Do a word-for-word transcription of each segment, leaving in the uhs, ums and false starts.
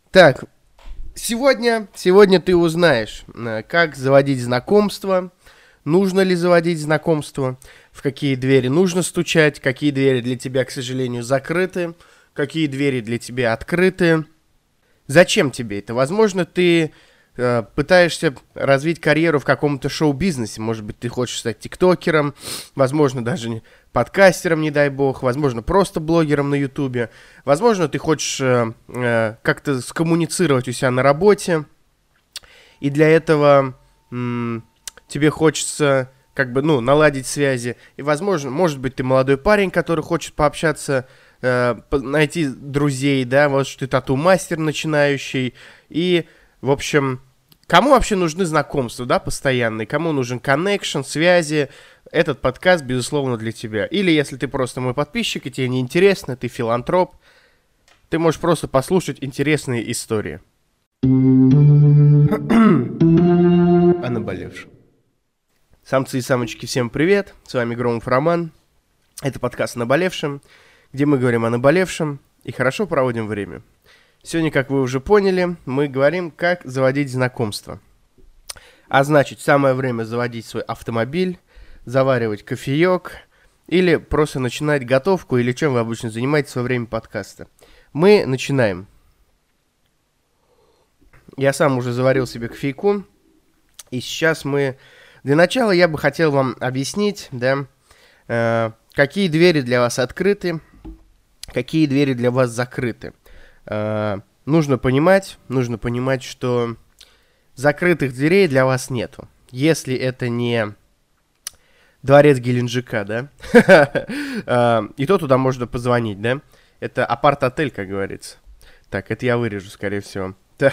Так, сегодня, сегодня ты узнаешь, э, как заводить знакомства, нужно ли заводить знакомства, в какие двери нужно стучать, какие двери для тебя, к сожалению, закрыты, какие двери для тебя открыты. Зачем тебе это? Возможно, ты э, пытаешься развить карьеру в каком-то шоу-бизнесе. Может быть, ты хочешь стать тиктокером, возможно, даже не- подкастером, не дай бог, возможно, просто блогером на ютубе. Возможно, ты хочешь э, э, как-то скоммуницировать у себя на работе, и для этого м, тебе хочется как бы, ну, наладить связи. И, возможно, может быть, ты молодой парень, который хочет пообщаться, э, по- найти друзей, да, вот что ты тату-мастер начинающий. И, в общем, кому вообще нужны знакомства, да, постоянные? Кому нужен коннекшн, связи? Этот подкаст, безусловно, для тебя. Или если ты просто мой подписчик, и тебе неинтересно, ты филантроп, ты можешь просто послушать интересные истории о наболевшем. Самцы и самочки, всем привет, с вами Громов Роман. Это подкаст о наболевшем, где мы говорим о наболевшем и хорошо проводим время. Сегодня, как вы уже поняли, мы говорим, как заводить знакомства. А значит, самое время заводить свой автомобиль, заваривать кофеек или просто начинать готовку, или чем вы обычно занимаетесь во время подкаста. Мы начинаем. Я сам уже заварил себе кофейку, и сейчас мы... Для начала я бы хотел вам объяснить, да, э, какие двери для вас открыты, какие двери для вас закрыты. Э, нужно понимать, нужно понимать, что закрытых дверей для вас нету. Если это не дворец Геленджика, да, э, и то туда можно позвонить, да. Это апарт-отель, как говорится. Так, это я вырежу, скорее всего.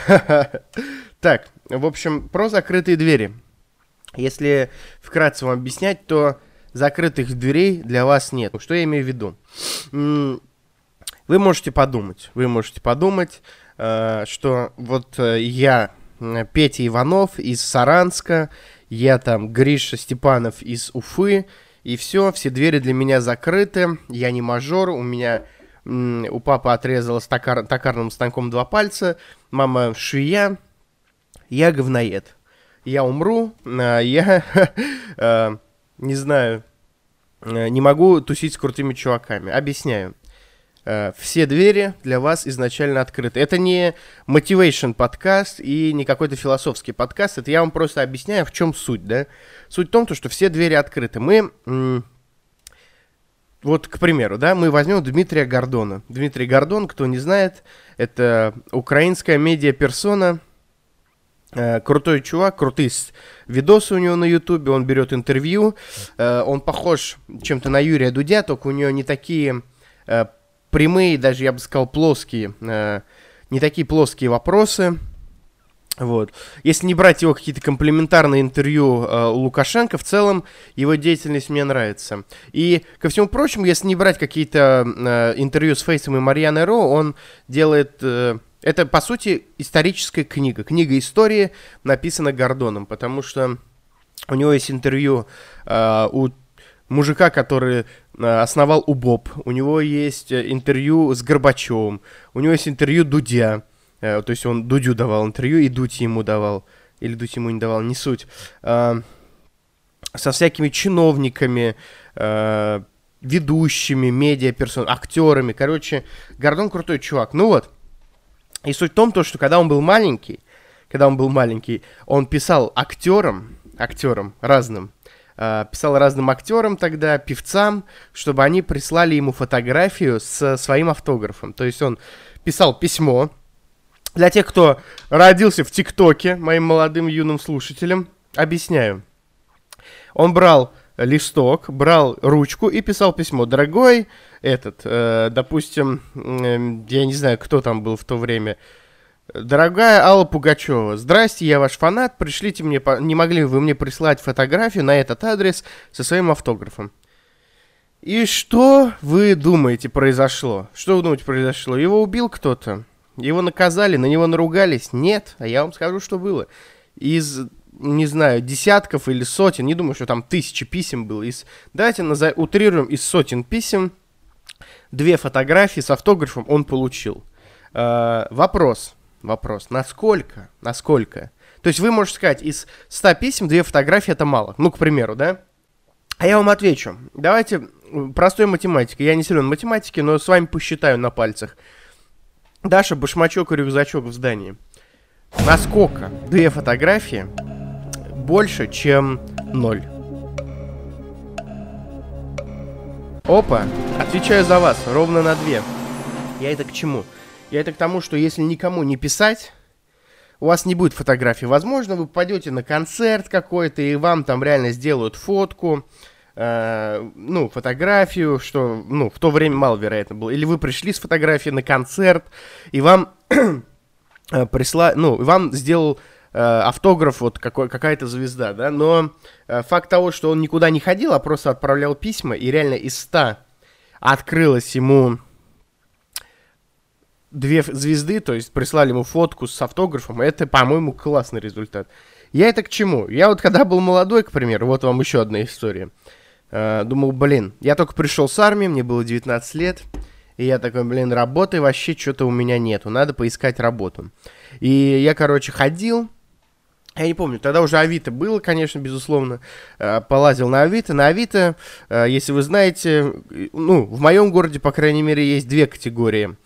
Так, в общем, про закрытые двери. Если вкратце вам объяснять, то закрытых дверей для вас нет. Что я имею в виду? М, Вы можете подумать, вы можете подумать, э, что вот э, я, э, Петя Иванов из Саранска, я там Гриша Степанов из Уфы, и все, все двери для меня закрыты, я не мажор, у меня м, у папы отрезалось токар- токарным станком два пальца, мама швея, я говноед. Я умру, а, я а, не знаю, а, не могу тусить с крутыми чуваками. Объясняю. А, Все двери для вас изначально открыты. Это не motivation подкаст и не какой-то философский подкаст. Это я вам просто объясняю, в чем суть, да? Суть в том, что все двери открыты. Мы, м, вот, к примеру, да, мы возьмем Дмитрия Гордона. Дмитрий Гордон, кто не знает, это украинская медиаперсона. Э, Крутой чувак, крутые с- видосы у него на ютубе, он берет интервью, э, он похож чем-то на Юрия Дудя, только у него не такие э, прямые, даже я бы сказал плоские, э, не такие плоские вопросы. Вот. Если не брать его какие-то комплементарные интервью э, у Лукашенко, в целом его деятельность мне нравится. И, ко всему прочему, если не брать какие-то э, интервью с Фейсом и Марьяной Ро, он делает... э, это, по сути, историческая книга. Книга истории написана Гордоном, потому что у него есть интервью э, у мужика, который э, основал УБОП. У него есть э, интервью с Горбачевым. У него есть интервью Дудя. Э, то есть он Дудю давал интервью и Дудь ему давал. Или Дудь ему не давал, не суть. Э, со всякими чиновниками, э, ведущими, медиаперсон, актерами. Короче, Гордон крутой чувак. Ну вот. И суть в том, то, что когда он был маленький, когда он был маленький, он писал актерам, актерам разным, э, писал разным актерам тогда, певцам, чтобы они прислали ему фотографию со своим автографом. То есть он писал письмо. Для тех, кто родился в ТикТоке, моим молодым юным слушателям, объясняю. Он брал листок, брал ручку и писал письмо. Дорогой этот, э, допустим, э, я не знаю, кто там был в то время. Дорогая Алла Пугачева, здрасте, я ваш фанат, пришлите мне, по- не могли бы вы мне прислать фотографию на этот адрес со своим автографом. И что вы думаете произошло? Что вы думаете произошло? Его убил кто-то? Его наказали, на него наругались? Нет, а я вам скажу, что было. Из, не знаю, десятков или сотен, не думаю, что там тысячи писем было. Из, давайте назов, утрируем, из сотен писем две фотографии с автографом он получил. Э, вопрос. вопрос. Насколько? Насколько? То есть вы можете сказать, из ста писем две фотографии это мало. Ну, к примеру, да? А я вам отвечу. Давайте простой математикой. Я не силен в математике, но с вами посчитаю на пальцах. Даша, башмачок и рюкзачок в здании. Насколько две фотографии больше, чем ноль? Опа, отвечаю за вас, ровно на две. Я это к чему? Я это к тому, что если никому не писать, у вас не будет фотографий. Возможно, вы попадете на концерт какой-то, и вам там реально сделают фотку, э, ну, фотографию, что, ну, в то время маловероятно было. Или вы пришли с фотографией на концерт, и вам присла... ну, вам сделал э, автограф вот какой, какая-то звезда, да, но э, факт того, что он никуда не ходил, а просто отправлял письма, и реально из ста открылось ему две звезды, то есть прислали ему фотку с автографом, это, по-моему, классный результат. Я это к чему? Я вот когда был молодой, к примеру, вот вам еще одна история. Э, думал, блин, я только пришел с армии, мне было девятнадцать лет, и я такой, блин, работы вообще что-то у меня нету, надо поискать работу. И я, короче, ходил, я не помню, тогда уже Авито было, конечно, безусловно, э, полазил на Авито. На Авито, э, если вы знаете, ну, в моем городе, по крайней мере, есть две категории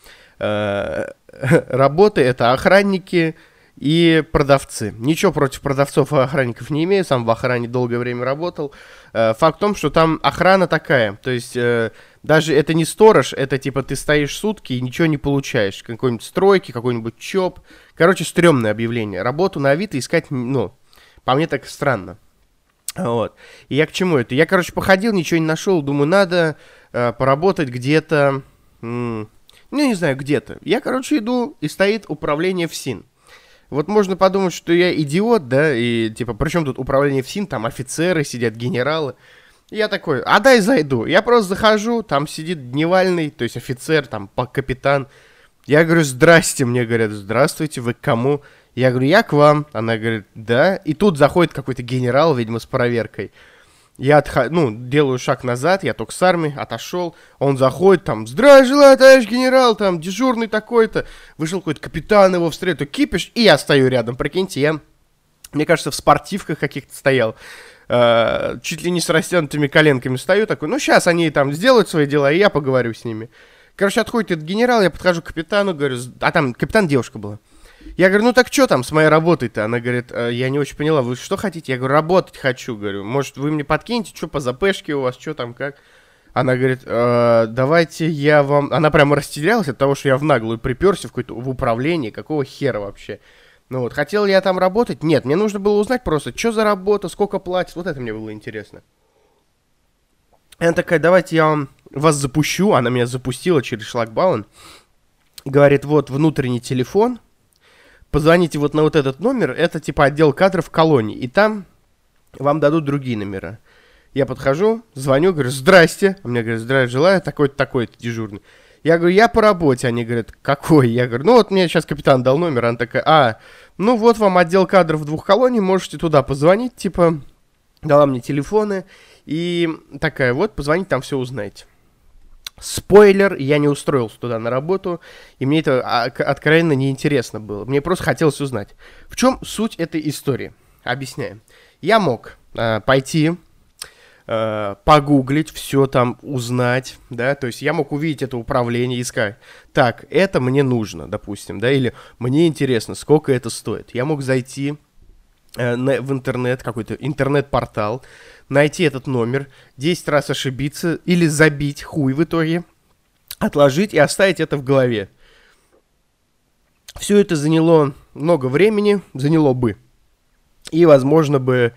работы, это охранники и продавцы. Ничего против продавцов и охранников не имею, сам в охране долгое время работал. Факт в том, что там охрана такая, то есть даже это не сторож, это типа ты стоишь сутки и ничего не получаешь. Какой-нибудь стройки, какой-нибудь ЧОП. Короче, стрёмное объявление. Работу на Авито искать, ну, по мне так странно. Вот. И я к чему это? Я, короче, походил, ничего не нашел, думаю, надо э, поработать где-то... М- Ну, не знаю, где-то. Я, короче, иду, и стоит управление ФСИН. Вот можно подумать, что я идиот, да, и, типа, при чем тут управление ФСИН, там офицеры сидят, генералы. Я такой, а дай зайду. Я просто захожу, там сидит дневальный, то есть офицер, там, капитан. Я говорю, здрасте, мне говорят, здравствуйте, вы к кому? Я говорю, я к вам. Она говорит, да. И тут заходит какой-то генерал, видимо, с проверкой. Я отхожу, ну, делаю шаг назад, я только с армии, отошел, он заходит, там, здравия желаю, товарищ генерал, там, дежурный такой-то, вышел какой-то капитан, его встретил, кипиш, и я стою рядом, прикиньте, я, мне кажется, в спортивках каких-то стоял, э, чуть ли не с растянутыми коленками стою, такой, ну, сейчас они там сделают свои дела, и я поговорю с ними. Короче, отходит этот генерал, я подхожу к капитану, говорю, а там капитан девушка была. Я говорю, ну так что там с моей работой-то? Она говорит, э, я не очень поняла, вы что хотите? Я говорю, работать хочу, говорю, может вы мне подкинете, что по ЗПшке у вас, что там, как? Она говорит, э, давайте я вам... Она прямо растерялась от того, что я в наглую приперся в какое-то в управление, какого хера вообще? Ну вот, хотел ли я там работать? Нет, мне нужно было узнать просто, что за работа, сколько платят, вот это мне было интересно. И она такая, давайте я вам вас запущу, она меня запустила через шлагбаум, говорит, вот внутренний телефон, позвоните вот на вот этот номер, это типа отдел кадров колонии, и там вам дадут другие номера. Я подхожу, звоню, говорю, здрасте. А мне говорят, здравия желаю, такой-то, такой-то дежурный. Я говорю, я по работе. Они говорят, какой? Я говорю, ну вот мне сейчас капитан дал номер. Она такая, а, ну вот вам отдел кадров двух колоний, можете туда позвонить, типа, дала мне телефоны. И такая, вот, позвоните, там все узнаете. Спойлер, я не устроился туда на работу, и мне это откровенно неинтересно было. Мне просто хотелось узнать, в чем суть этой истории. Объясняю. Я мог э, пойти, э, погуглить, все там узнать, да, то есть я мог увидеть это управление и сказать, так, это мне нужно, допустим, да, или мне интересно, сколько это стоит. Я мог зайти э, на, в интернет, какой-то интернет-портал, найти этот номер, десять раз ошибиться или забить хуй в итоге, отложить и оставить это в голове. Все это заняло много времени, заняло бы. И, возможно, бы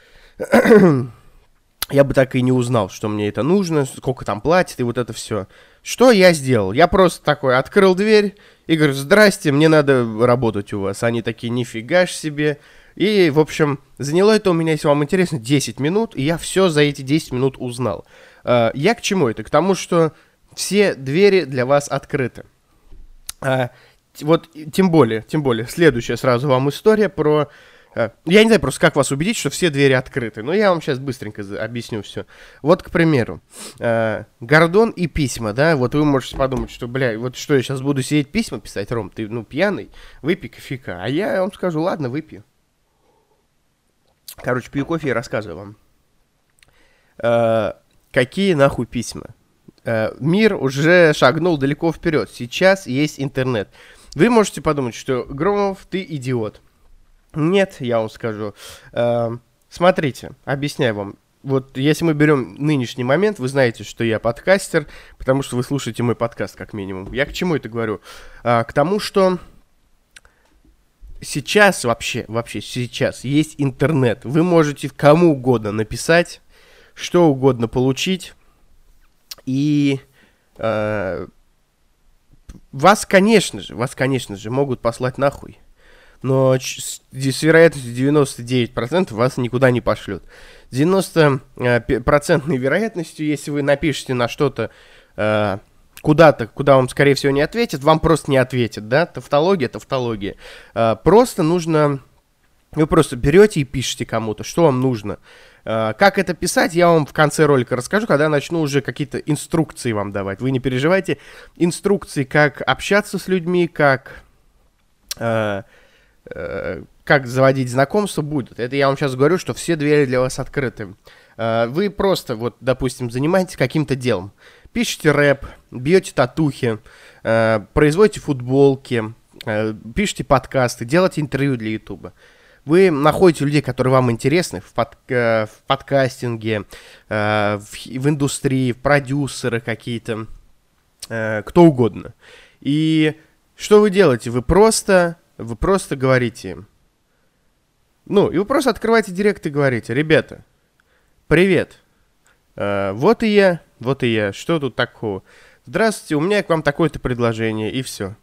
я бы так и не узнал, что мне это нужно, сколько там платят и вот это все. Что я сделал? Я просто такой открыл дверь и говорю, здрасте, мне надо работать у вас. Они такие, нифига ж себе. И, в общем, заняло это у меня, если вам интересно, десять минут, и я все за эти десять минут узнал. Я к чему это? К тому, что все двери для вас открыты. Вот, тем более, тем более, следующая сразу вам история про А, Я не знаю просто, как вас убедить, что все двери открыты. Но я вам сейчас быстренько за- объясню все. Вот, к примеру, э, Гордон и письма, да, вот вы можете подумать, что, бля, вот что я сейчас буду сидеть письма писать, Ром, ты, ну, пьяный, выпей кофейка. А я вам скажу, ладно, выпью. Короче, пью кофе и рассказываю вам. Э, какие нахуй письма? Э, мир уже шагнул далеко вперед. Сейчас есть интернет. Вы можете подумать, что Громов, ты идиот. Нет, я вам скажу. Э, смотрите, объясняю вам. Вот если мы берем нынешний момент, вы знаете, что я подкастер, потому что вы слушаете мой подкаст как минимум. Я к чему это говорю? Э, к тому, что сейчас вообще, вообще сейчас есть интернет. Вы можете кому угодно написать, что угодно получить, и э, вас, конечно же, вас, конечно же, могут послать нахуй. Но ч- с, с вероятностью девяносто девять процентов вас никуда не пошлют. девяносто процентной вероятностью, если вы напишете на что-то э, куда-то, куда вам, скорее всего, не ответят, вам просто не ответят, да? Тавтология, тавтология. Э, просто нужно... Вы просто берете и пишете кому-то, что вам нужно. Э, как это писать, я вам в конце ролика расскажу, когда начну уже какие-то инструкции вам давать. Вы не переживайте. Инструкции, как общаться с людьми, как... Э, как заводить знакомство, будет. Это я вам сейчас говорю, что все двери для вас открыты. Вы просто, вот, допустим, занимаетесь каким-то делом. Пишете рэп, бьете татухи, производите футболки, пишете подкасты, делаете интервью для ютуба. Вы находите людей, которые вам интересны в, под, в подкастинге, в, в индустрии, в продюсеры какие-то, кто угодно. И что вы делаете? Вы просто... Вы просто говорите им. Ну, и вы просто открываете директ и говорите: ребята, привет. Э, вот и я, вот и я. Что тут такого? Здравствуйте, у меня к вам такое-то предложение, и все.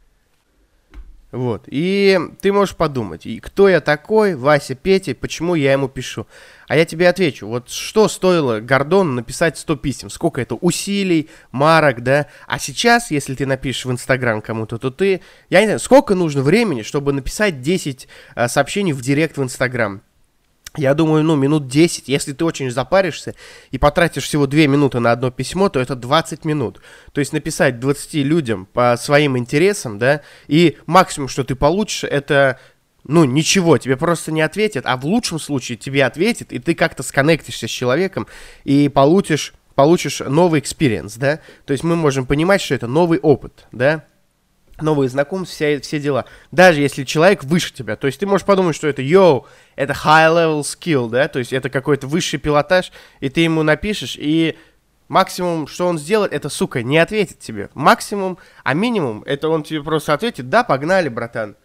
Вот. И ты можешь подумать, и кто я такой, Вася, Петя, почему я ему пишу? А я тебе отвечу, вот что стоило Гордону написать сто писем? Сколько это усилий, марок, да? А сейчас, если ты напишешь в Инстаграм кому-то, то ты, я не знаю, сколько нужно времени, чтобы написать десять а, сообщений в директ в Инстаграм? Я думаю, ну, минут десять. Если ты очень запаришься и потратишь всего две минуты на одно письмо, то это двадцать минут. То есть написать двадцати людям по своим интересам, да, и максимум, что ты получишь, это, ну, ничего, тебе просто не ответят, а в лучшем случае тебе ответят, и ты как-то сконнектишься с человеком и получишь, получишь новый экспириенс, да. То есть мы можем понимать, что это новый опыт, да. Новые знакомства, все, все дела. Даже если человек выше тебя. То есть ты можешь подумать, что это, йоу, это high-level skill, да? То есть это какой-то высший пилотаж, и ты ему напишешь, и максимум, что он сделает, это, сука, не ответит тебе. Максимум, а минимум, это он тебе просто ответит: да, погнали, братан.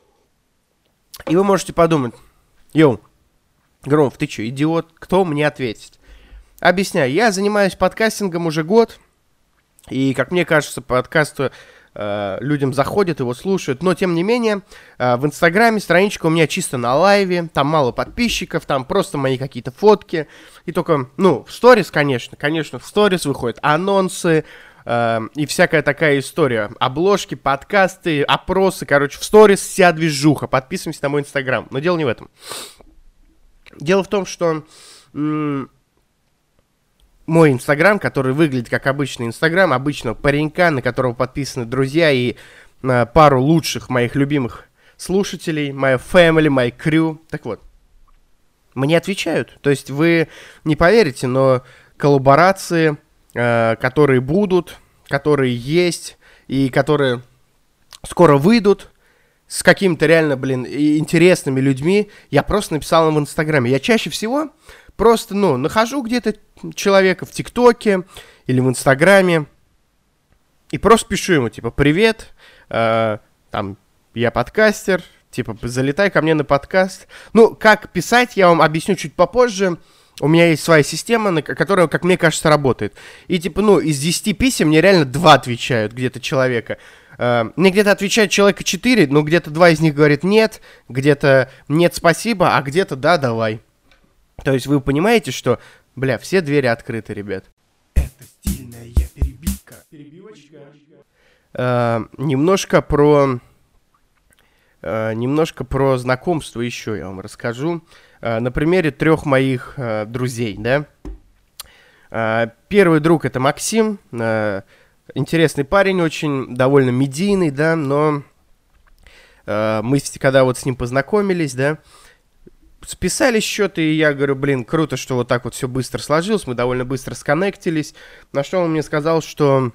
И вы можете подумать: йоу, Громов, ты что, идиот? Кто мне ответит? Объясняю, я занимаюсь подкастингом уже год, и, как мне кажется, подкасты людям заходят, его слушают, но тем не менее в Инстаграме страничка у меня чисто на лайве, там мало подписчиков, там просто мои какие-то фотки, и только, ну, в сторис, конечно, конечно, в сторис выходят анонсы э, и всякая такая история, обложки, подкасты, опросы, короче, в сторис вся движуха, подписываемся на мой Инстаграм, но дело не в этом. Дело в том, что... М- Мой Инстаграм, который выглядит как обычный Инстаграм обычного паренька, на которого подписаны друзья и э, пару лучших моих любимых слушателей, моя family, my crew. Так вот, мне отвечают. То есть вы не поверите, но коллаборации, э, которые будут, которые есть и которые скоро выйдут с какими-то реально, блин, интересными людьми, я просто написал им в Инстаграме. Я чаще всего... Просто, ну, нахожу где-то человека в ТикТоке или в Инстаграме и просто пишу ему, типа, привет, э, там, я подкастер, типа, залетай ко мне на подкаст. Ну, как писать, я вам объясню чуть попозже. У меня есть своя система, которая, как мне кажется, работает. И, типа, ну, из десяти писем мне реально два отвечают где-то человека. Uh, мне где-то отвечает человека четыре, но где-то два из них говорит нет, где-то нет, спасибо, а где-то да, давай. То есть вы понимаете, что, бля, все двери открыты, ребят. Это стильная перебивка. Перебивочка. Uh, немножко про э, немножко про знакомство еще я вам расскажу. Э, на примере трех моих э, друзей, да. Э, первый друг — это Максим. Э, интересный парень, очень довольно медийный, да, но э, мы, когда вот с ним познакомились, да, списали счеты, и я говорю, блин, круто, что вот так вот все быстро сложилось, мы довольно быстро сконнектились, на что он мне сказал, что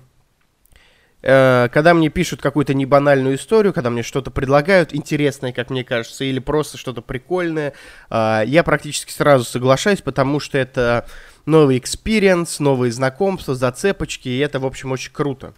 э, когда мне пишут какую-то небанальную историю, когда мне что-то предлагают интересное, как мне кажется, или просто что-то прикольное, э, я практически сразу соглашаюсь, потому что это новый экспириенс, новые знакомства, зацепочки, и это, в общем, очень круто.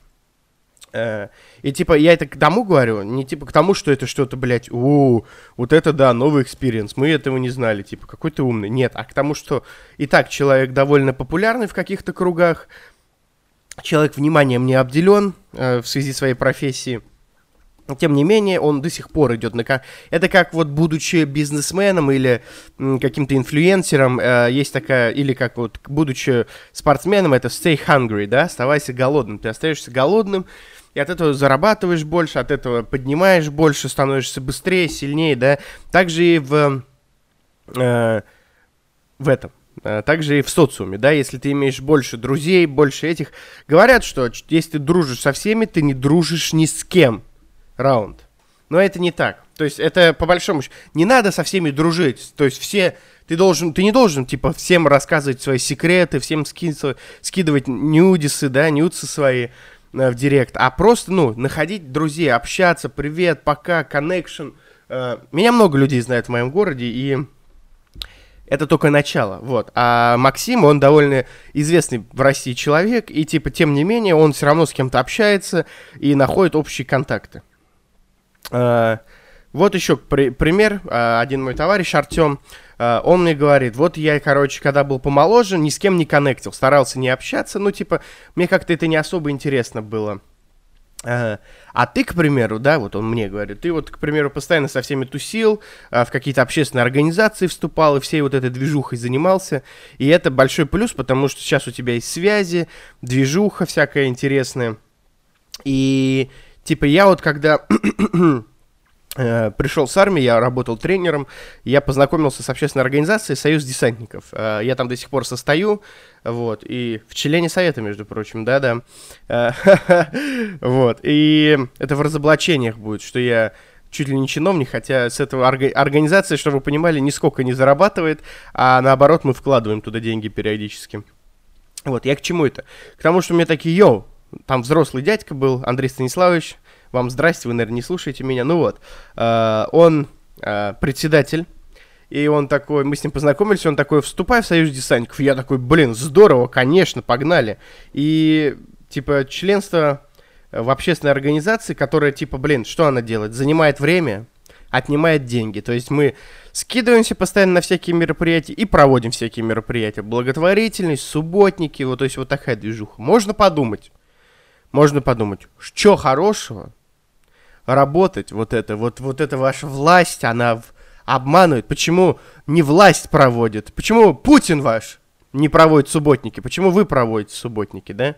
И типа я это к тому говорю, не типа к тому, что это что-то, блядь, у вот это да, новый экспириенс, мы этого не знали, типа, какой ты умный. Нет, а к тому, что и так человек довольно популярный в каких-то кругах, человек вниманием не обделен э, в связи своей профессии. Тем не менее, он до сих пор идет на... Это как вот, будучи бизнесменом или м, каким-то инфлюенсером, э, есть такая... Или как вот, будучи спортсменом, это stay hungry, да? Оставайся голодным. Ты остаешься голодным, и от этого зарабатываешь больше, от этого поднимаешь больше, становишься быстрее, сильнее, да? Также и в... Э, в этом. Также и в социуме, да, если ты имеешь больше друзей, больше этих... Говорят, что если ты дружишь со всеми, ты не дружишь ни с кем. Раунд. Но это не так. То есть это по большому счету... Не надо со всеми дружить. То есть все... Ты должен... Ты не должен, типа, всем рассказывать свои секреты, всем ски... скидывать нюдисы, да, нюдсы свои э, в директ. А просто, ну, находить друзей, общаться, привет, пока, коннекшн. Э, меня много людей знает в моем городе, и... Это только начало, вот. А Максим, он довольно известный в России человек, и, типа, тем не менее, он все равно с кем-то общается и находит общие контакты. Uh, вот еще при- пример. Uh, один мой товарищ, Артем, uh, он мне говорит, вот я, короче, когда был помоложе, ни с кем не коннектил, старался не общаться, ну, типа, мне как-то это не особо интересно было. Uh, а ты, к примеру, да, вот он мне говорит, ты вот, к примеру, постоянно со всеми тусил, uh, в какие-то общественные организации вступал, и всей вот этой движухой занимался, и это большой плюс, потому что сейчас у тебя есть связи, движуха всякая интересная, и... Типа я вот когда э, пришел с армии, я работал тренером, я познакомился с общественной организацией «Союз десантников». Э, я там до сих пор состою, вот, и в члене совета, между прочим, да-да. Э, вот, и это в разоблачениях будет, что я чуть ли не чиновник, хотя с этого орга- организация, чтобы вы понимали, нисколько не зарабатывает, а наоборот мы вкладываем туда деньги периодически. Вот, я к чему это? К тому, что мне такие, йоу, там взрослый дядька был, Андрей Станиславович, вам здрасте, вы, наверное, не слушаете меня, ну вот, э, он э, председатель, и он такой, мы с ним познакомились, он такой, вступай в Союз десантников, я такой, блин, здорово, конечно, погнали, и, типа, членство в общественной организации, которая, типа, блин, что она делает, занимает время, отнимает деньги, то есть мы скидываемся постоянно на всякие мероприятия и проводим всякие мероприятия, благотворительность, субботники, вот, то есть вот такая движуха, можно подумать. Можно подумать, что хорошего работать, вот это, вот, вот эта ваша власть, она в... обманывает. Почему не власть проводит? Почему Путин ваш не проводит субботники? Почему вы проводите субботники, да?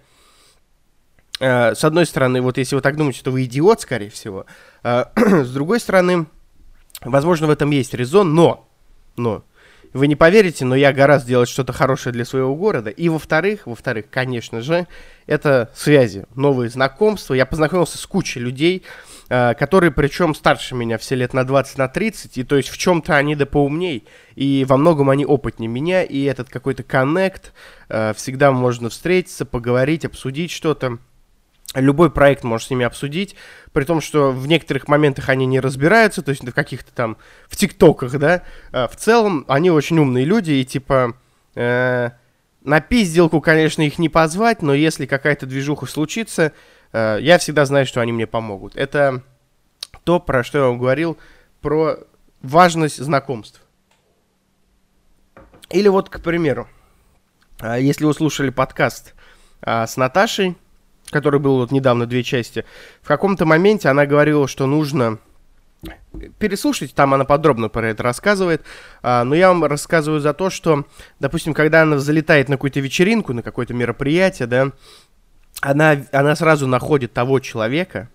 Э, с одной стороны, вот если вы так думаете, то вы идиот, скорее всего. Э, с другой стороны, возможно, в этом есть резон, но, но, вы не поверите, но я гораздо делать что-то хорошее для своего города. И во-вторых, во-вторых, конечно же, это связи, новые знакомства. Я познакомился с кучей людей, э, которые, причем, старше меня все лет на двадцать, на тридцать. И то есть в чем-то они да поумней. И во многом они опытнее меня. И этот какой-то коннект, э, всегда можно встретиться, поговорить, обсудить что-то. Любой проект можешь с ними обсудить, при том, что в некоторых моментах они не разбираются, то есть в каких-то там, в тиктоках, да, а в целом они очень умные люди, и типа, э, на пизделку, конечно, их не позвать, но если какая-то движуха случится, э, я всегда знаю, что они мне помогут. Это то, про что я вам говорил, про важность знакомств. Или вот, к примеру, э, если вы слушали подкаст э, с Наташей, который был вот недавно, две части, в каком-то моменте она говорила, что нужно переслушать, там она подробно про это рассказывает, а, но я вам рассказываю за то, что, допустим, когда она залетает на какую-то вечеринку, на какое-то мероприятие, да, она, она сразу находит того человека,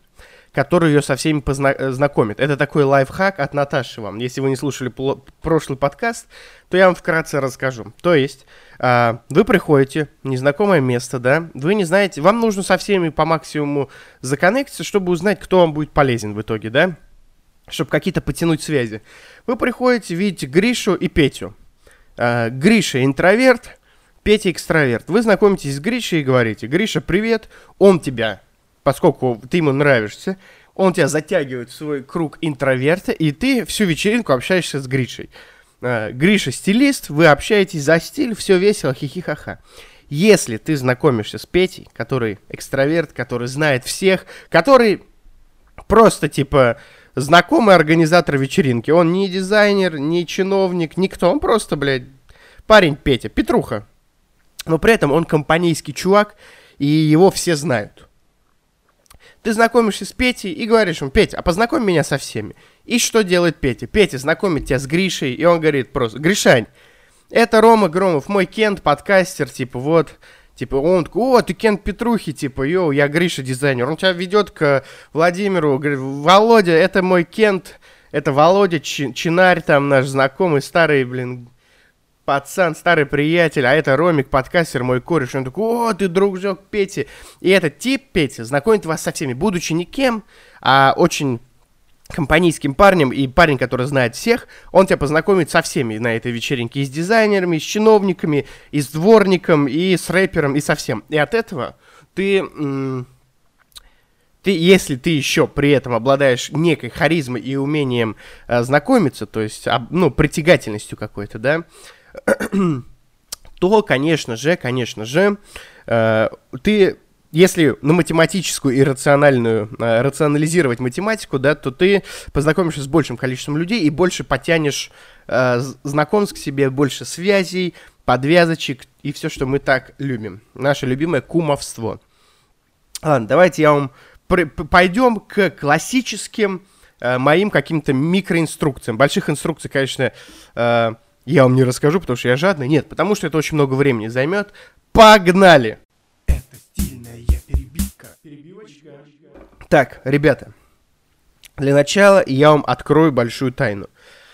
который ее со всеми позна- знакомит. Это такой лайфхак от Наташи вам. Если вы не слушали пл- прошлый подкаст, то я вам вкратце расскажу. То есть, э, вы приходите в незнакомое место, да, вы не знаете, вам нужно со всеми по максимуму законнектиться, чтобы узнать, кто вам будет полезен в итоге, да, чтобы какие-то потянуть связи. Вы приходите, видите Гришу и Петю. Э, Гриша интроверт, Петя экстраверт. Вы знакомитесь с Гришей и говорите: Гриша, привет, он тебя, поскольку ты ему нравишься, он тебя затягивает в свой круг интроверта, и ты всю вечеринку общаешься с Гришей. Э, Гриша стилист, вы общаетесь за стиль, все весело, хихи-ха-ха. Если ты знакомишься с Петей, который экстраверт, который знает всех, который просто, типа, знакомый организатор вечеринки, он не дизайнер, не чиновник, никто, он просто, блядь, парень Петя, Петруха. Но при этом он компанейский чувак, и его все знают. Ты знакомишься с Петей и говоришь ему: Петя, а познакомь меня со всеми. И что делает Петя? Петя знакомит тебя с Гришей, и он говорит просто: Гришань, это Рома Громов, мой Кент, подкастер, типа, вот. Типа, он такой: о, ты Кент Петрухи, типа, йоу, я Гриша, дизайнер. Он тебя ведет к Владимиру, говорит: Володя, это мой Кент, это Володя, чи- чинарь там наш знакомый, старый, блин, пацан, старый приятель, а это Ромик, подкастер, мой кореш. Он такой: о, ты дружок Пети. И этот тип, Петя, знакомит вас со всеми, будучи никем, а очень компанейским парнем, и парень, который знает всех, он тебя познакомит со всеми на этой вечеринке, и с дизайнерами, и с чиновниками, и с дворником, и с рэпером, и со всем. И от этого ты... М- Ты, если ты еще при этом обладаешь некой харизмой и умением э, знакомиться, то есть, об, ну, притягательностью какой-то, да, то, конечно же, конечно же, э, ты, если на математическую и рациональную, э, рационализировать математику, да, то ты познакомишься с большим количеством людей и больше потянешь э, знакомств к себе, больше связей, подвязочек и все, что мы так любим. Наше любимое кумовство. Ладно, давайте я вам... Пойдем к классическим э, моим каким-то микроинструкциям. Больших инструкций, конечно, э, я вам не расскажу, потому что я жадный. Нет, потому что это очень много времени займет. Погнали! Это стильная перебивка. Перебивочка. Так, ребята, для начала я вам открою большую тайну.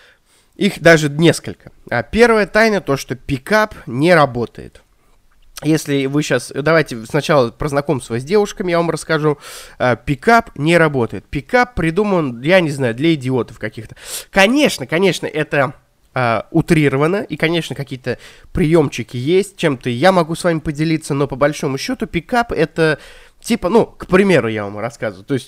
Их даже несколько. А первая тайна то, что пикап не работает. Если вы сейчас... Давайте сначала про знакомство с девушками я вам расскажу. А, пикап не работает. Пикап придуман, я не знаю, для идиотов каких-то. Конечно, конечно, это а, утрировано. И, конечно, какие-то приемчики есть. Чем-то я могу с вами поделиться. Но по большому счету пикап это типа... Ну, к примеру, я вам рассказываю. То есть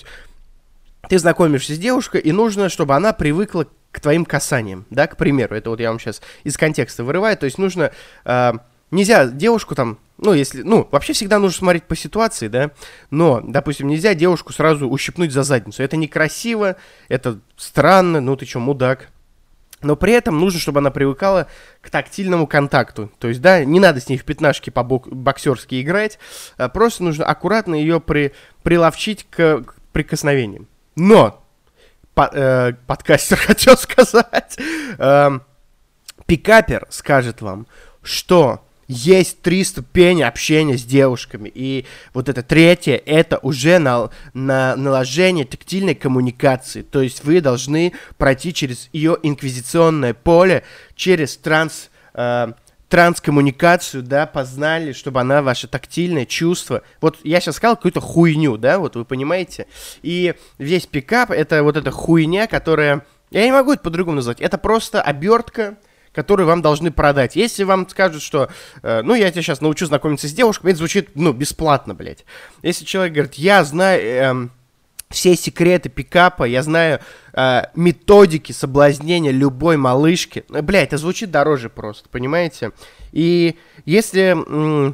ты знакомишься с девушкой, и нужно, чтобы она привыкла к твоим касаниям. Да, к примеру. Это вот я вам сейчас из контекста вырываю. То есть нужно... А, Нельзя девушку там, ну, если, ну, вообще всегда нужно смотреть по ситуации, да, но, допустим, нельзя девушку сразу ущипнуть за задницу. Это некрасиво, это странно, ну, ты чё, мудак. Но при этом нужно, чтобы она привыкала к тактильному контакту. То есть, да, не надо с ней в пятнашки по-боксерски играть, а просто нужно аккуратно ее при, приловчить к, к прикосновениям. Но, по, э, подкастер хотел сказать, э, пикапер скажет вам, что... Есть три ступени общения с девушками. И вот это третье, это уже на, на наложение тактильной коммуникации. То есть вы должны пройти через ее инквизиционное поле, через транс, э, транскоммуникацию, да, познали, чтобы она, ваше тактильное чувство... Вот я сейчас сказал какую-то хуйню, да, вот вы понимаете? И весь пикап — это вот эта хуйня, которая... Я не могу это по-другому назвать. Это просто обертка, которые вам должны продать. Если вам скажут, что, э, ну, я тебя сейчас научу знакомиться с девушками, это звучит, ну, бесплатно, блядь. Если человек говорит: я знаю э, все секреты пикапа, я знаю э, методики соблазнения любой малышки, э, блядь, это звучит дороже просто, понимаете? И если, э,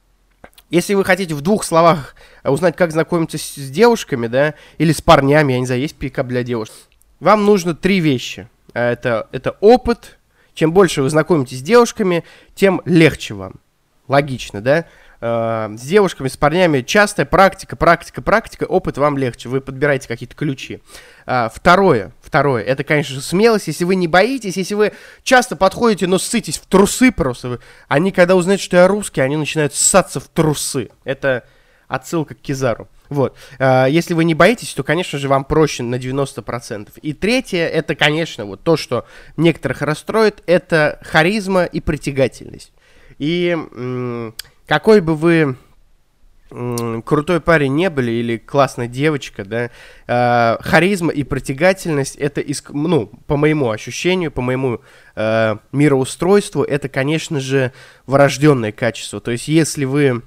если вы хотите в двух словах узнать, как знакомиться с, с девушками, да, или с парнями, я не знаю, есть пикап для девушек, вам нужно три вещи. Это, это опыт. Чем больше вы знакомитесь с девушками, тем легче вам. Логично, да? Э, с девушками, с парнями частая практика, практика, практика, опыт вам легче. Вы подбираете какие-то ключи. Э, второе, второе, это, конечно же, смелость. Если вы не боитесь, если вы часто подходите, но ссытесь в трусы просто. Вы, они, когда узнают, что я русский, они начинают ссаться в трусы. Это отсылка к Кизару. Вот. А, если вы не боитесь, то, конечно же, вам проще на девяносто процентов. И третье, это, конечно, вот то, что некоторых расстроит, это харизма и притягательность. И м- какой бы вы м- крутой парень не были или классная девочка, да, э- харизма и притягательность, это, иск- ну, по моему ощущению, по моему э- мироустройству, это, конечно же, врожденное качество. То есть, если вы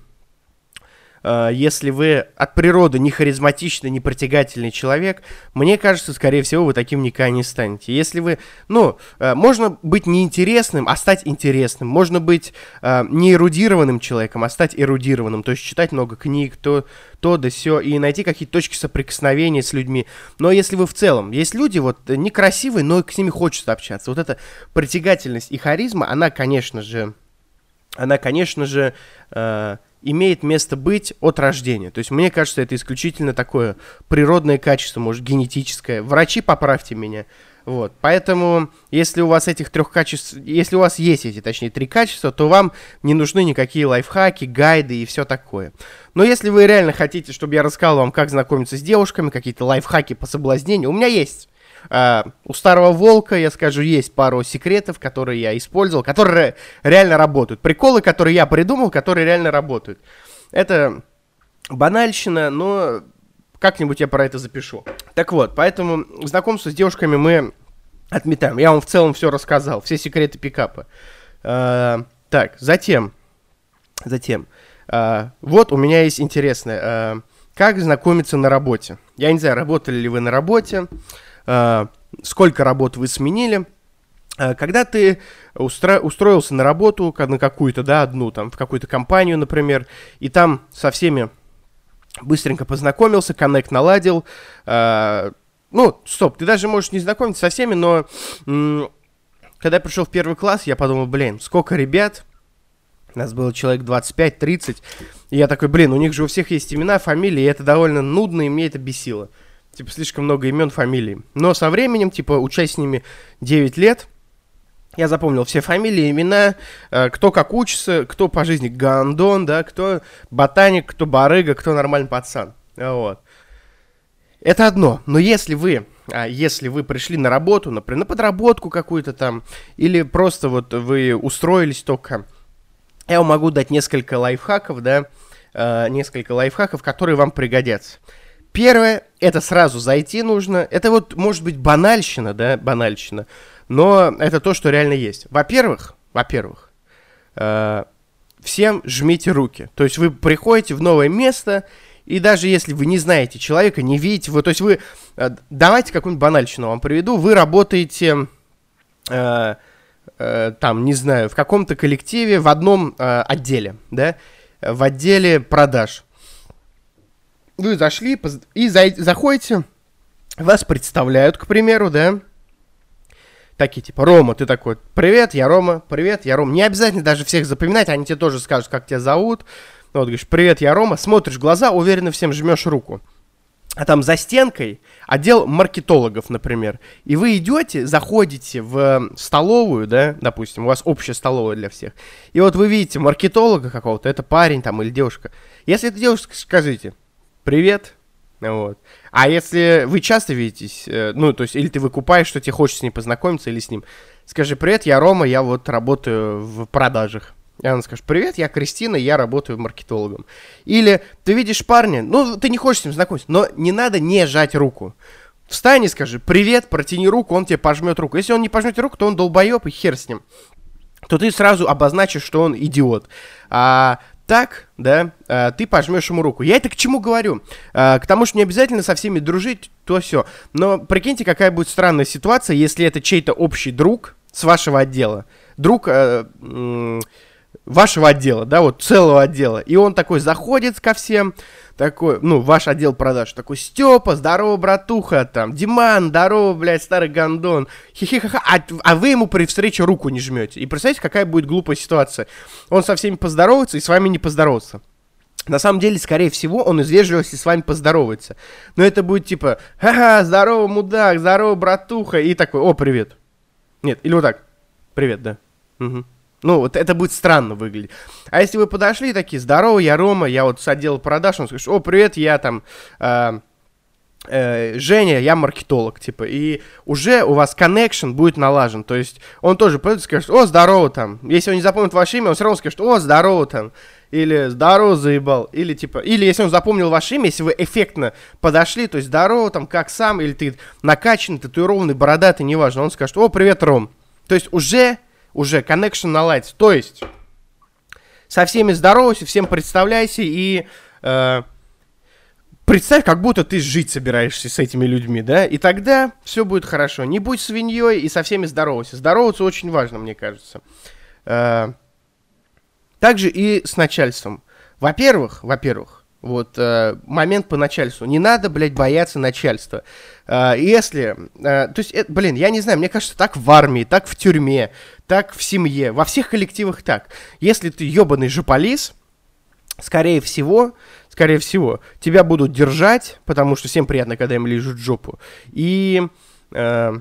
если вы от природы не харизматичный, не притягательный человек, мне кажется, скорее всего, вы таким никогда не станете. Если вы, ну, можно быть неинтересным, а стать интересным. Можно быть не эрудированным человеком, а стать эрудированным. То есть читать много книг, то, то да сё, и найти какие-то точки соприкосновения с людьми. Но если вы в целом, есть люди вот некрасивые, но с ними хочется общаться. Вот эта притягательность и харизма, она, конечно же, она, конечно же, э, имеет место быть от рождения. То есть, мне кажется, это исключительно такое природное качество, может, генетическое. Врачи, поправьте меня. Вот. Поэтому, если у вас этих трех качеств, если у вас есть эти, точнее, три качества, то вам не нужны никакие лайфхаки, гайды и все такое. Но если вы реально хотите, чтобы я рассказал вам, как знакомиться с девушками, какие-то лайфхаки по соблазнению, у меня есть. Uh, у Старого Волка, я скажу, есть пару секретов, которые я использовал, которые реально работают. Приколы, которые я придумал, которые реально работают. Это банальщина, но как-нибудь я про это запишу. Так вот, поэтому знакомство с девушками мы отметаем. Я вам в целом все рассказал, все секреты пикапа. Uh, так, затем, затем, uh, вот у меня есть интересное. Uh, как знакомиться на работе? Я не знаю, работали ли вы на работе, Uh, сколько работ вы сменили. Uh, когда ты устро- устроился на работу, на какую-то, да, одну, там, в какую-то компанию, например, и там со всеми быстренько познакомился, коннект наладил. Uh, ну, стоп, ты даже можешь не знакомиться со всеми, но м- когда я пришел в первый класс, я подумал, блин, сколько ребят, нас было человек двадцать пять тридцать, и я такой, блин, у них же у всех есть имена, фамилии, и это довольно нудно, и мне это бесило. Типа, слишком много имен, фамилий. Но со временем, типа, учась с ними девять лет, я запомнил все фамилии, имена, э, кто как учится, кто по жизни гандон, да, кто ботаник, кто барыга, кто нормальный пацан. Вот. Это одно. Но если вы, а, если вы пришли на работу, например, на подработку какую-то там, или просто вот вы устроились только, я вам могу дать несколько лайфхаков, да, э, несколько лайфхаков, которые вам пригодятся. Первое, это сразу зайти нужно. Это вот, может быть, банальщина, да, банальщина, но это то, что реально есть. Во-первых, во-первых, э, всем жмите руки. То есть вы приходите в новое место, и даже если вы не знаете человека, не видите, вы, то есть вы, э, давайте какую-нибудь банальщину вам приведу, вы работаете, э, э, там, не знаю, в каком-то коллективе, в одном э, отделе, да, в отделе продаж. Вы зашли и за, заходите, вас представляют, к примеру, да, такие типа, Рома, ты такой, привет, я Рома, привет, я Рома. Не обязательно даже всех запоминать, они тебе тоже скажут, как тебя зовут. Ну, вот говоришь, привет, я Рома, смотришь в глаза, уверенно всем жмешь руку. А там за стенкой отдел маркетологов, например. И вы идете, заходите в столовую, да, допустим, у вас общая столовая для всех. И вот вы видите маркетолога какого-то, это парень там или девушка. Если это девушка, скажите, привет. Вот. А если вы часто видитесь, э, ну, то есть, или ты выкупаешь, что тебе хочется с ним познакомиться, или с ним, скажи, привет, я Рома, я вот работаю в продажах. И она скажет, привет, я Кристина, я работаю маркетологом. Или ты видишь парня, ну, ты не хочешь с ним знакомиться, но не надо не жать руку. Встань и скажи, привет, протяни руку, он тебе пожмет руку. Если он не пожмет руку, то он долбоеб, и хер с ним. То ты сразу обозначишь, что он идиот. А так, да, э, ты пожмешь ему руку. Я это к чему говорю? Э, к тому, что не обязательно со всеми дружить, то все. Но прикиньте, какая будет странная ситуация, если это чей-то общий друг с вашего отдела. Друг э, э, вашего отдела, да, вот целого отдела. И он такой заходит ко всем, такой, ну, ваш отдел продаж, такой, Степа, здорово, братуха, там, Диман, здорово, блядь, старый гандон, хи-хи-ха-ха, а, а вы ему при встрече руку не жмете. И представьте, какая будет глупая ситуация. Он со всеми поздоровается и с вами не поздоровается. На самом деле, скорее всего, он из вежливости с вами поздоровается. Но это будет типа, ха-ха, здорово, мудак, здорово, братуха, и такой, о, привет. Нет, или вот так, привет, да. Угу. Ну, вот это будет странно выглядеть. А если вы подошли такие, здорово, я Рома, я вот с отдела продаж, он скажет, о, привет, я там... Э, Э, Женя, я маркетолог, типа, и уже у вас connection будет налажен, то есть он тоже пойдет и скажет, о, здорово там, если он не запомнит ваше имя, он все равно скажет, о, здорово там, или здорово, заебал, или типа, или если он запомнил ваше имя, если вы эффектно подошли, то есть здорово там, как сам, или ты накачанный, татуированный, бородатый, неважно, он скажет, о, привет, Ром, то есть уже, уже connection наладится, то есть со всеми здоровайся, всем представляйся и... Э, Представь, как будто ты жить собираешься с этими людьми, да? И тогда все будет хорошо. Не будь свиньей и со всеми здоровайся. Здороваться очень важно, мне кажется. Также и с начальством. Во-первых, во-первых, вот момент по начальству. Не надо, блядь, бояться начальства. Если, то есть, это, блин, я не знаю, мне кажется, так в армии, так в тюрьме, так в семье, во всех коллективах так. Если ты ебаный жополиз, скорее всего... Скорее всего, тебя будут держать, потому что всем приятно, когда им лижут жопу. И, э,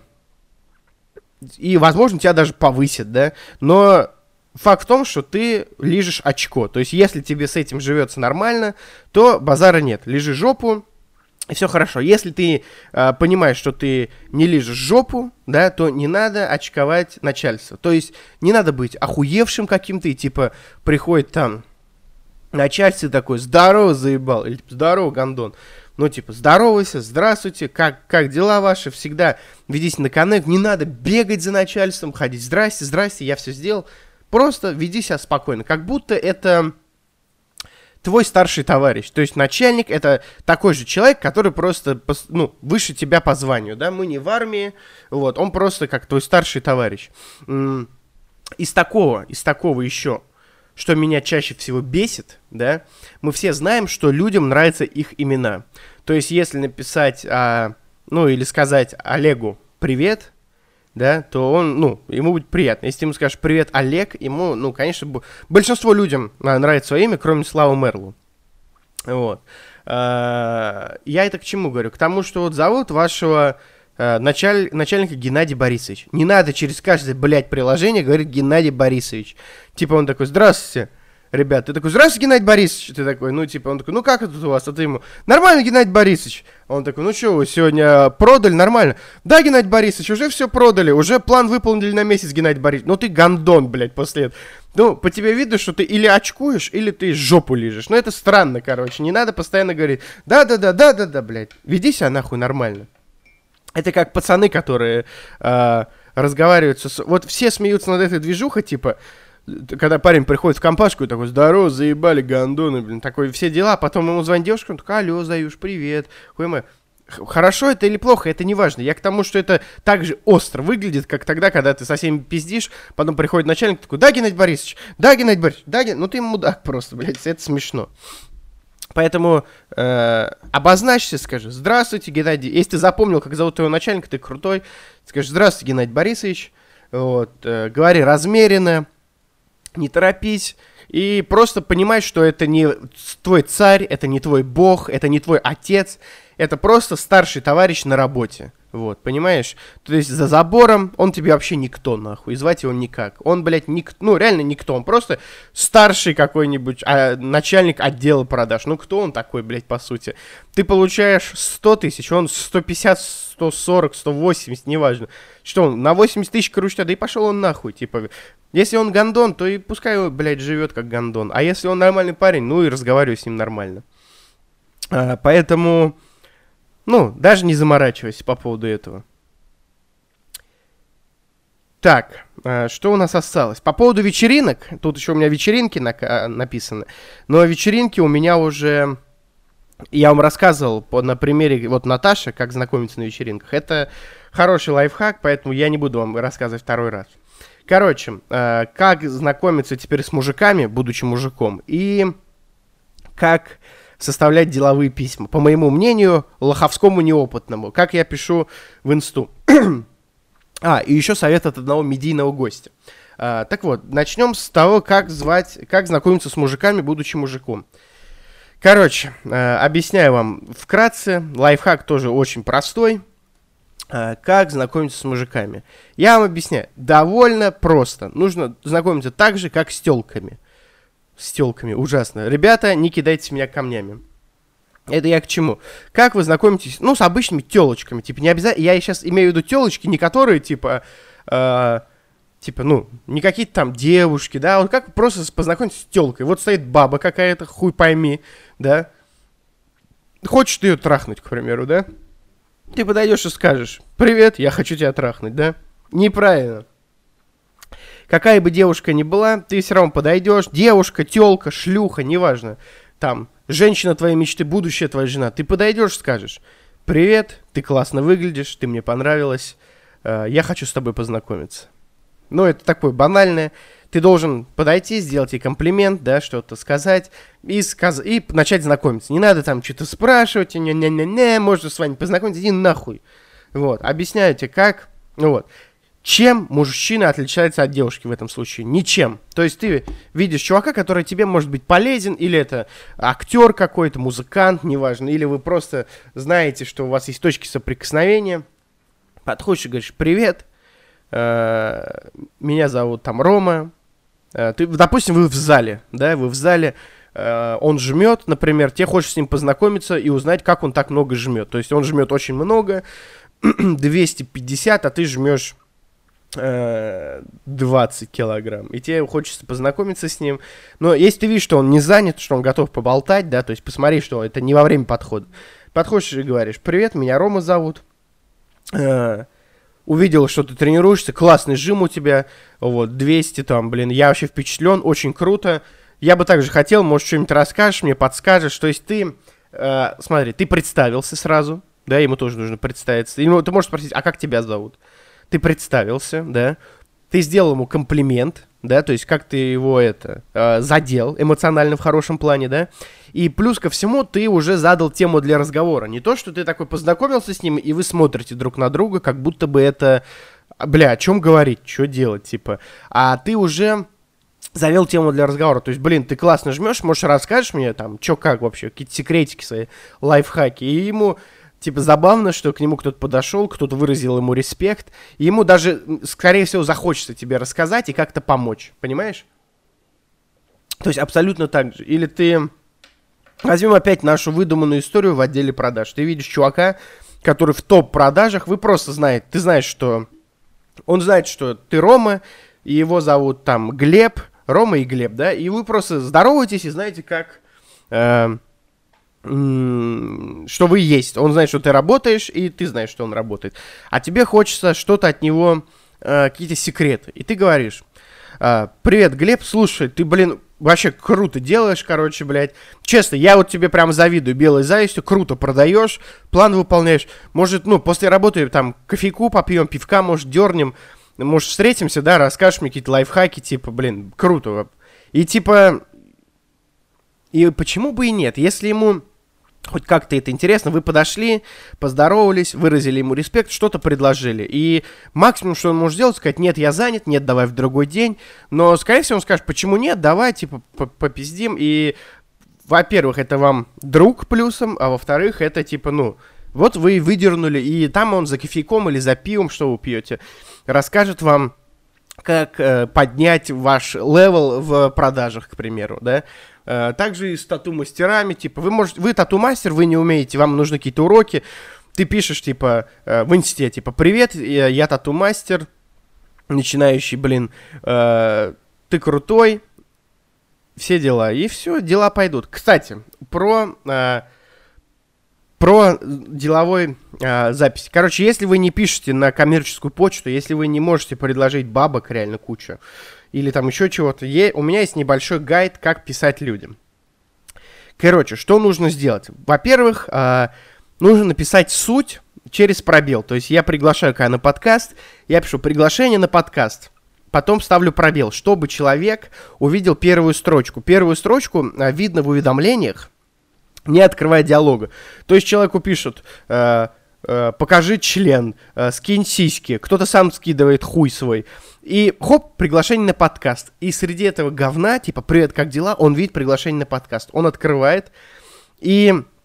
и, возможно, тебя даже повысят, да. Но факт в том, что ты лижешь очко. То есть, если тебе с этим живется нормально, то базара нет. Лижи жопу, и все хорошо. Если ты э, понимаешь, что ты не лижешь жопу, да, то не надо очковать начальство. То есть, не надо быть охуевшим каким-то, и типа приходит там... Начальство такой, здорово, заебал, или типа, здорово, гондон. Ну, типа, здоровайся, здравствуйте, как, как дела ваши, всегда ведите на коннект, не надо бегать за начальством, ходить, здрасте, здрасте, я все сделал. Просто веди себя спокойно, как будто это твой старший товарищ. То есть начальник это такой же человек, который просто, ну, выше тебя по званию, да, мы не в армии, вот, он просто как твой старший товарищ. Из такого, из такого еще... Что меня чаще всего бесит, да, мы все знаем, что людям нравятся их имена. То есть, если написать, а, ну, или сказать Олегу «привет», да, то он, ну, ему будет приятно. Если ты ему скажешь «привет, Олег», ему, ну, конечно, б... большинство людям а, нравится свое имя, кроме Славы Мерлу. Вот. А, я это к чему говорю? К тому, что вот зовут вашего... Началь, начальника Геннадий Борисович. Не надо через каждое, блядь, приложение говорить Геннадий Борисович. Типа он такой, здравствуйте, ребят. Ты такой, здравствуйте, Геннадий Борисович. Ты такой, ну, типа, он такой, ну, как это у вас? А ты ему, нормально, Геннадий Борисович. Он такой, ну, что, вы сегодня продали? Нормально. Да, Геннадий Борисович, уже все продали. Уже план выполнили на месяц, Геннадий Борисович. Ну, ты гондон, блядь, после этого. Ну, по тебе видно, что ты или очкуешь, или ты жопу лижешь. Ну, это странно, короче. Не надо постоянно говорить, да-да-да-да-да-да, блядь. Веди себя нахуй нормально. Это как пацаны, которые э, разговаривают с... Вот все смеются над этой движухой, типа, когда парень приходит в компашку и такой, здорово, заебали, гондоны, блин, такой, все дела, потом ему звонит девушка, он такой, алло, Заюш, привет, хуй мой. Хорошо это или плохо, это не важно. Я к тому, что это так же остро выглядит, как тогда, когда ты со всеми пиздишь, потом приходит начальник, такой, да, Геннадий Борисович, да, Геннадий Борисович, да, Ген... ну ты мудак просто, блядь, это смешно. Поэтому э, обозначься, скажи, здравствуйте, Геннадий. Если ты запомнил, как зовут твоего начальника, ты крутой, скажи, здравствуйте, Геннадий Борисович. Вот, э, говори размеренно, не торопись. И просто понимай, что это не твой царь, это не твой бог, это не твой отец. Это просто старший товарищ на работе. Вот, понимаешь? То есть за забором он тебе вообще никто, нахуй. И звать его никак. Он, блядь, ник... ну, реально никто. Он просто старший какой-нибудь а, начальник отдела продаж. Ну, кто он такой, блядь, по сути? Ты получаешь сто тысяч, он сто пятьдесят, сто сорок, сто восемьдесят, неважно. Что он, на восемьдесят тысяч крутит, да и пошел он нахуй, типа. Если он гондон, то и пускай его, блядь, живет как гондон. А если он нормальный парень, ну и разговаривай с ним нормально. А, поэтому... Ну, даже не заморачивайся по поводу этого. Так, э, что у нас осталось? По поводу вечеринок. Тут еще у меня вечеринки на- написаны. Но вечеринки у меня уже... Я вам рассказывал по, на примере вот Наташи, как знакомиться на вечеринках. Это хороший лайфхак, поэтому я не буду вам рассказывать второй раз. Короче, э, как знакомиться теперь с мужиками, будучи мужиком, и как... составлять деловые письма. По моему мнению, лоховскому неопытному. Как я пишу в инсту. а, и еще совет от одного медийного гостя. А, так вот, начнем с того, как звать, как знакомиться с мужиками, будучи мужиком. Короче, а, объясняю вам вкратце. Лайфхак тоже очень простой. э, как знакомиться с мужиками. Я вам объясняю. Довольно просто. Нужно знакомиться так же, как с тёлками. С тёлками. Ужасно. Ребята, не кидайте меня камнями. Это я к чему? Как вы знакомитесь, ну, с обычными тёлочками? Типа, не обязательно... Я сейчас имею в виду тёлочки, не которые, типа... Э, типа, ну, не какие-то там девушки, да? Вот как просто познакомиться с тёлкой. Вот стоит баба какая-то, хуй пойми, да? Хочешь ты её трахнуть, к примеру, да? Ты подойдешь и скажешь: привет, я хочу тебя трахнуть, да? Неправильно. Какая бы девушка ни была, ты все равно подойдешь. Девушка, тёлка, шлюха, неважно. Там, женщина твоей мечты, будущая твоя жена. Ты подойдешь, скажешь: привет, ты классно выглядишь, ты мне понравилась, э, я хочу с тобой познакомиться. Ну, это такое банальное. Ты должен подойти, сделать ей комплимент, да, что-то сказать и, сказ... и начать знакомиться. Не надо там что-то спрашивать, не-не-не-не, можно с вами познакомиться, иди нахуй. Вот, объясняю тебе как, вот. Чем мужчина отличается от девушки в этом случае? Ничем. То есть ты видишь чувака, который тебе может быть полезен, или это актер какой-то, музыкант, неважно, или вы просто знаете, что у вас есть точки соприкосновения. Подходишь и говоришь: привет, э, меня зовут там Рома. Э, ты, допустим, вы в зале, да, вы в зале, э, он жмет, например, тебе хочешь с ним познакомиться и узнать, как он так много жмет. То есть он жмет очень много, двести пятьдесят, а ты жмешь двадцать килограмм, и тебе хочется познакомиться с ним. Но если ты видишь, что он не занят, что он готов поболтать, да, то есть посмотри, что это не во время подхода. Подходишь и говоришь: привет, меня Рома зовут. Э, увидел, что ты тренируешься, классный жим у тебя, вот, двести там, блин, я вообще впечатлен, очень круто. Я бы также хотел, может, что-нибудь расскажешь, мне подскажешь. То есть ты, э, смотри, ты представился сразу, да, ему тоже нужно представиться. Ему, ты можешь спросить: а как тебя зовут? Ты представился, да, ты сделал ему комплимент, да, то есть как ты его это э, задел эмоционально в хорошем плане, да, и плюс ко всему ты уже задал тему для разговора. Не то, что ты такой познакомился с ним, и вы смотрите друг на друга, как будто бы это, бля, о чем говорить, что делать, типа, а ты уже завел тему для разговора. То есть, блин, ты классно жмешь, может, расскажешь мне там, что как вообще, какие-то секретики свои, лайфхаки, и ему... Типа забавно, что к нему кто-то подошел, кто-то выразил ему респект, и ему даже, скорее всего, захочется тебе рассказать и как-то помочь, понимаешь? То есть абсолютно так же. Или ты... Возьмем опять нашу выдуманную историю в отделе продаж. Ты видишь чувака, который в топ-продажах, вы просто знаете, ты знаешь, что... Он знает, что ты Рома, и его зовут там Глеб, Рома и Глеб, да? И вы просто здороваетесь и знаете, как... Э- что вы есть. Он знает, что ты работаешь, и ты знаешь, что он работает. А тебе хочется что-то от него, э, какие-то секреты. И ты говоришь: э, привет, Глеб, слушай, ты, блин, вообще круто делаешь, короче, блядь. Честно, я вот тебе прям завидую белой завистью, круто продаешь, план выполняешь. Может, ну, после работы там кофейку попьем, пивка, может, дернем, может, встретимся, да, расскажешь мне какие-то лайфхаки, типа, блин, круто. И типа, и почему бы и нет, если ему... Хоть как-то это интересно, вы подошли, поздоровались, выразили ему респект, что-то предложили. И максимум, что он может сделать, сказать: нет, я занят, нет, давай в другой день. Но, скорее всего, он скажет: почему нет, давай, типа, попиздим. И, во-первых, это вам друг плюсом, а во-вторых, это, типа, ну, вот вы выдернули, и там он за кофейком или за пивом, что вы пьете, расскажет вам, как э, поднять ваш левел в продажах, к примеру, да. Также и с тату-мастерами, типа, вы можете, вы тату-мастер, вы не умеете, вам нужны какие-то уроки, ты пишешь, типа, в инсте, типа: привет, я тату-мастер, начинающий, блин, э, ты крутой, все дела, и все, дела пойдут. Кстати, про, э, про деловой э, запись. Короче, если вы не пишете на коммерческую почту, если вы не можете предложить бабок реально кучу, или там еще чего-то, е- у меня есть небольшой гайд, как писать людям. Короче, что нужно сделать? Во-первых, э, нужно написать суть через пробел. То есть я приглашаю кого-то на подкаст, я пишу приглашение на подкаст, потом ставлю пробел, чтобы человек увидел первую строчку. Первую строчку э, видно в уведомлениях, не открывая диалога. То есть человеку пишут... Э, покажи член, скинь сиськи, кто-то сам скидывает хуй свой, и хоп, приглашение на подкаст, и среди этого говна, типа, привет, как дела, он видит приглашение на подкаст, он открывает, и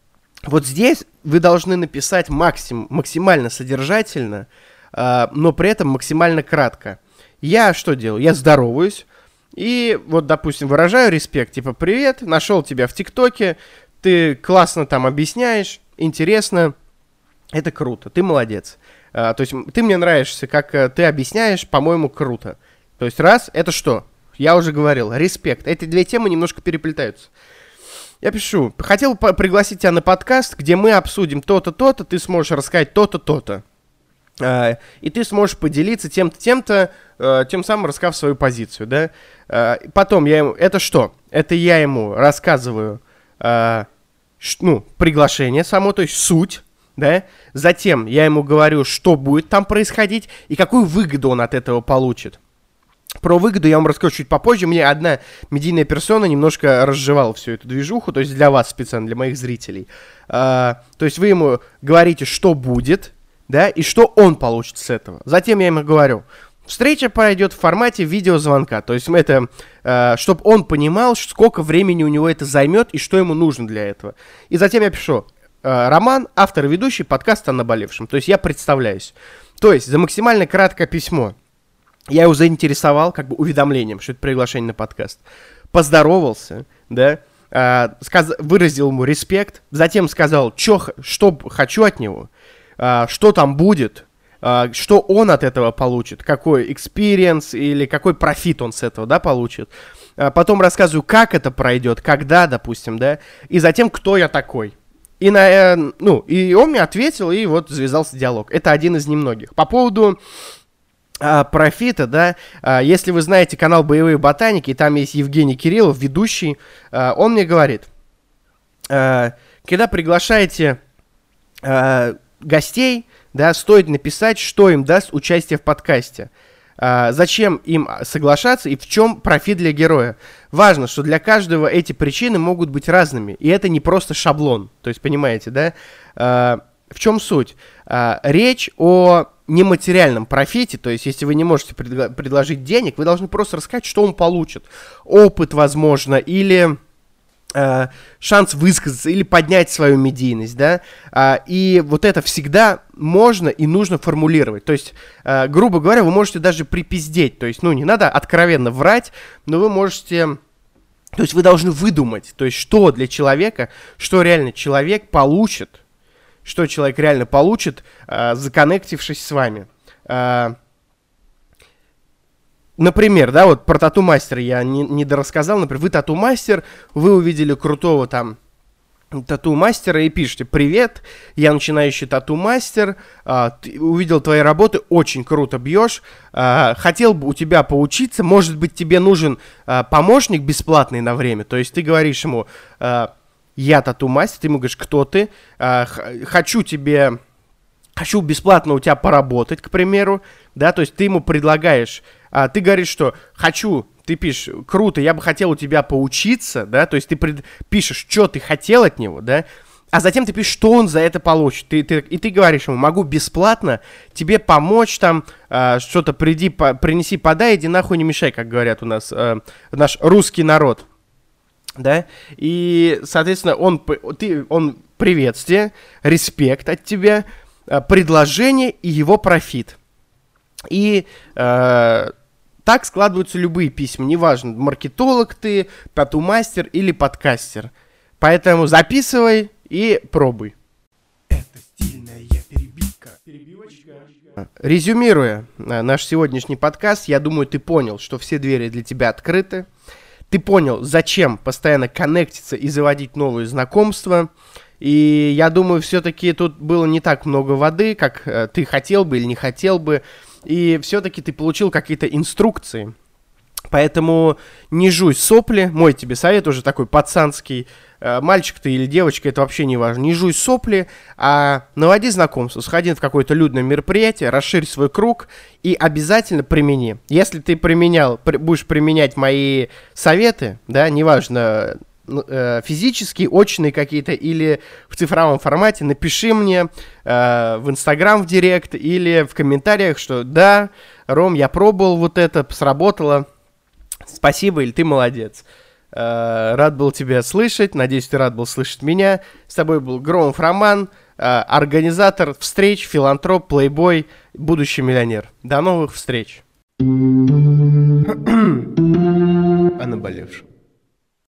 Вот здесь вы должны написать максим, максимально содержательно, э, но при этом максимально кратко. Я что делаю? Я здороваюсь и вот, допустим, выражаю респект, типа «Привет, нашел тебя в ТикТоке, ты классно там объясняешь, интересно, это круто, ты молодец». Uh, то есть ты мне нравишься, как uh, ты объясняешь, по-моему, круто. То есть раз, это что? Я уже говорил, респект. Эти две темы немножко переплетаются. Я пишу, хотел бы пригласить тебя на подкаст, где мы обсудим то-то, то-то, ты сможешь рассказать то-то, то-то. Uh, и ты сможешь поделиться тем-то, тем-то, uh, тем самым рассказав свою позицию, да. Uh, потом я ему, это что? Это я ему рассказываю, uh, ш, ну, приглашение само, то есть суть. Да? Затем я ему говорю, что будет там происходить и какую выгоду он от этого получит. Про выгоду я вам расскажу чуть попозже. Мне одна медийная персона немножко разжевала всю эту движуху, то есть для вас специально, для моих зрителей. А, то есть вы ему говорите, что будет, да, и что он получит с этого. Затем я ему говорю, встреча пройдет в формате видеозвонка, то есть это, а, чтобы он понимал, сколько времени у него это займет и что ему нужно для этого. И затем я пишу, Роман, автор и ведущий подкаста о наболевшем. То есть я представляюсь. То есть за максимально краткое письмо я его заинтересовал, как бы уведомлением, что это приглашение на подкаст. Поздоровался, да, а, сказ... выразил ему респект, затем сказал, чё, что хочу от него, а, что там будет, а, что он от этого получит, какой экспириенс или какой профит он с этого, да, получит. А потом рассказываю, как это пройдет, когда, допустим, да, и затем, кто я такой. И, на, ну, и он мне ответил, и вот завязался диалог. Это один из немногих. По поводу а, профита, да, а, если вы знаете канал «Боевые ботаники», и там есть Евгений Кириллов, ведущий, а, он мне говорит, а, когда приглашаете а, гостей, да, стоит написать, что им даст участие в подкасте. Uh, зачем им соглашаться и в чем профит для героя. Важно, что для каждого эти причины могут быть разными, и это не просто шаблон, то есть, понимаете, да? Uh, в чем суть? Uh, речь о нематериальном профите, то есть, если вы не можете предла- предложить денег, вы должны просто рассказать, что он получит. Опыт, возможно, или... Uh, шанс высказаться или поднять свою медийность, да, uh, и вот это всегда можно и нужно формулировать, то есть, uh, грубо говоря, вы можете даже припиздеть, то есть, ну, не надо откровенно врать, но вы можете, то есть, вы должны выдумать, то есть, что для человека, что реально человек получит, что человек реально получит, uh, законнектившись с вами. Uh, Например, да, вот про тату-мастера я не, не дорассказал. Например, вы тату-мастер, вы увидели крутого там тату-мастера и пишете: «Привет, я начинающий тату-мастер, а, ты, увидел твои работы, очень круто бьешь, а, хотел бы у тебя поучиться, может быть, тебе нужен а, помощник бесплатный на время». То есть ты говоришь ему: а, «Я тату-мастер», ты ему говоришь: «Кто ты? А, х- хочу тебе... Хочу бесплатно у тебя поработать», к примеру, да, то есть ты ему предлагаешь, а, ты говоришь, что «хочу», ты пишешь: «Круто, я бы хотел у тебя поучиться», да, то есть ты пред... пишешь, что ты хотел от него, да, а затем ты пишешь, что он за это получит, ты, ты, и ты говоришь ему: «Могу бесплатно тебе помочь, там, а, что-то приди, по, принеси, подай, иди нахуй, не мешай», как говорят у нас, а, наш русский народ, да, и, соответственно, он, ты, он приветствие, респект от тебя, предложение и его профит. И э, так складываются любые письма, неважно, маркетолог ты, тату-мастер или подкастер. Поэтому записывай и пробуй. Это стильная перебивка. Перебивочка. Резюмируя наш сегодняшний подкаст, я думаю, ты понял, что все двери для тебя открыты. Ты понял, зачем постоянно коннектиться и заводить новые знакомства. И я думаю, все-таки тут было не так много воды, как э, ты хотел бы или не хотел бы. И все-таки ты получил какие-то инструкции. Поэтому не жуй сопли. Мой тебе совет уже такой пацанский. Э, мальчик ты или девочка, это вообще не важно. Не жуй сопли, а наводи знакомство. Сходи в какое-то людное мероприятие, расширь свой круг и обязательно примени. Если ты применял, при, будешь применять мои советы, да, неважно... физические, очные какие-то или в цифровом формате, напиши мне э, в Инстаграм в директ или в комментариях, что да, Ром, я пробовал вот это, сработало, спасибо, или ты молодец. Э, рад был тебя слышать. Надеюсь, ты рад был слышать меня. С тобой был Громов Роман, э, организатор встреч, филантроп, плейбой, будущий миллионер. До новых встреч. О наболевшем.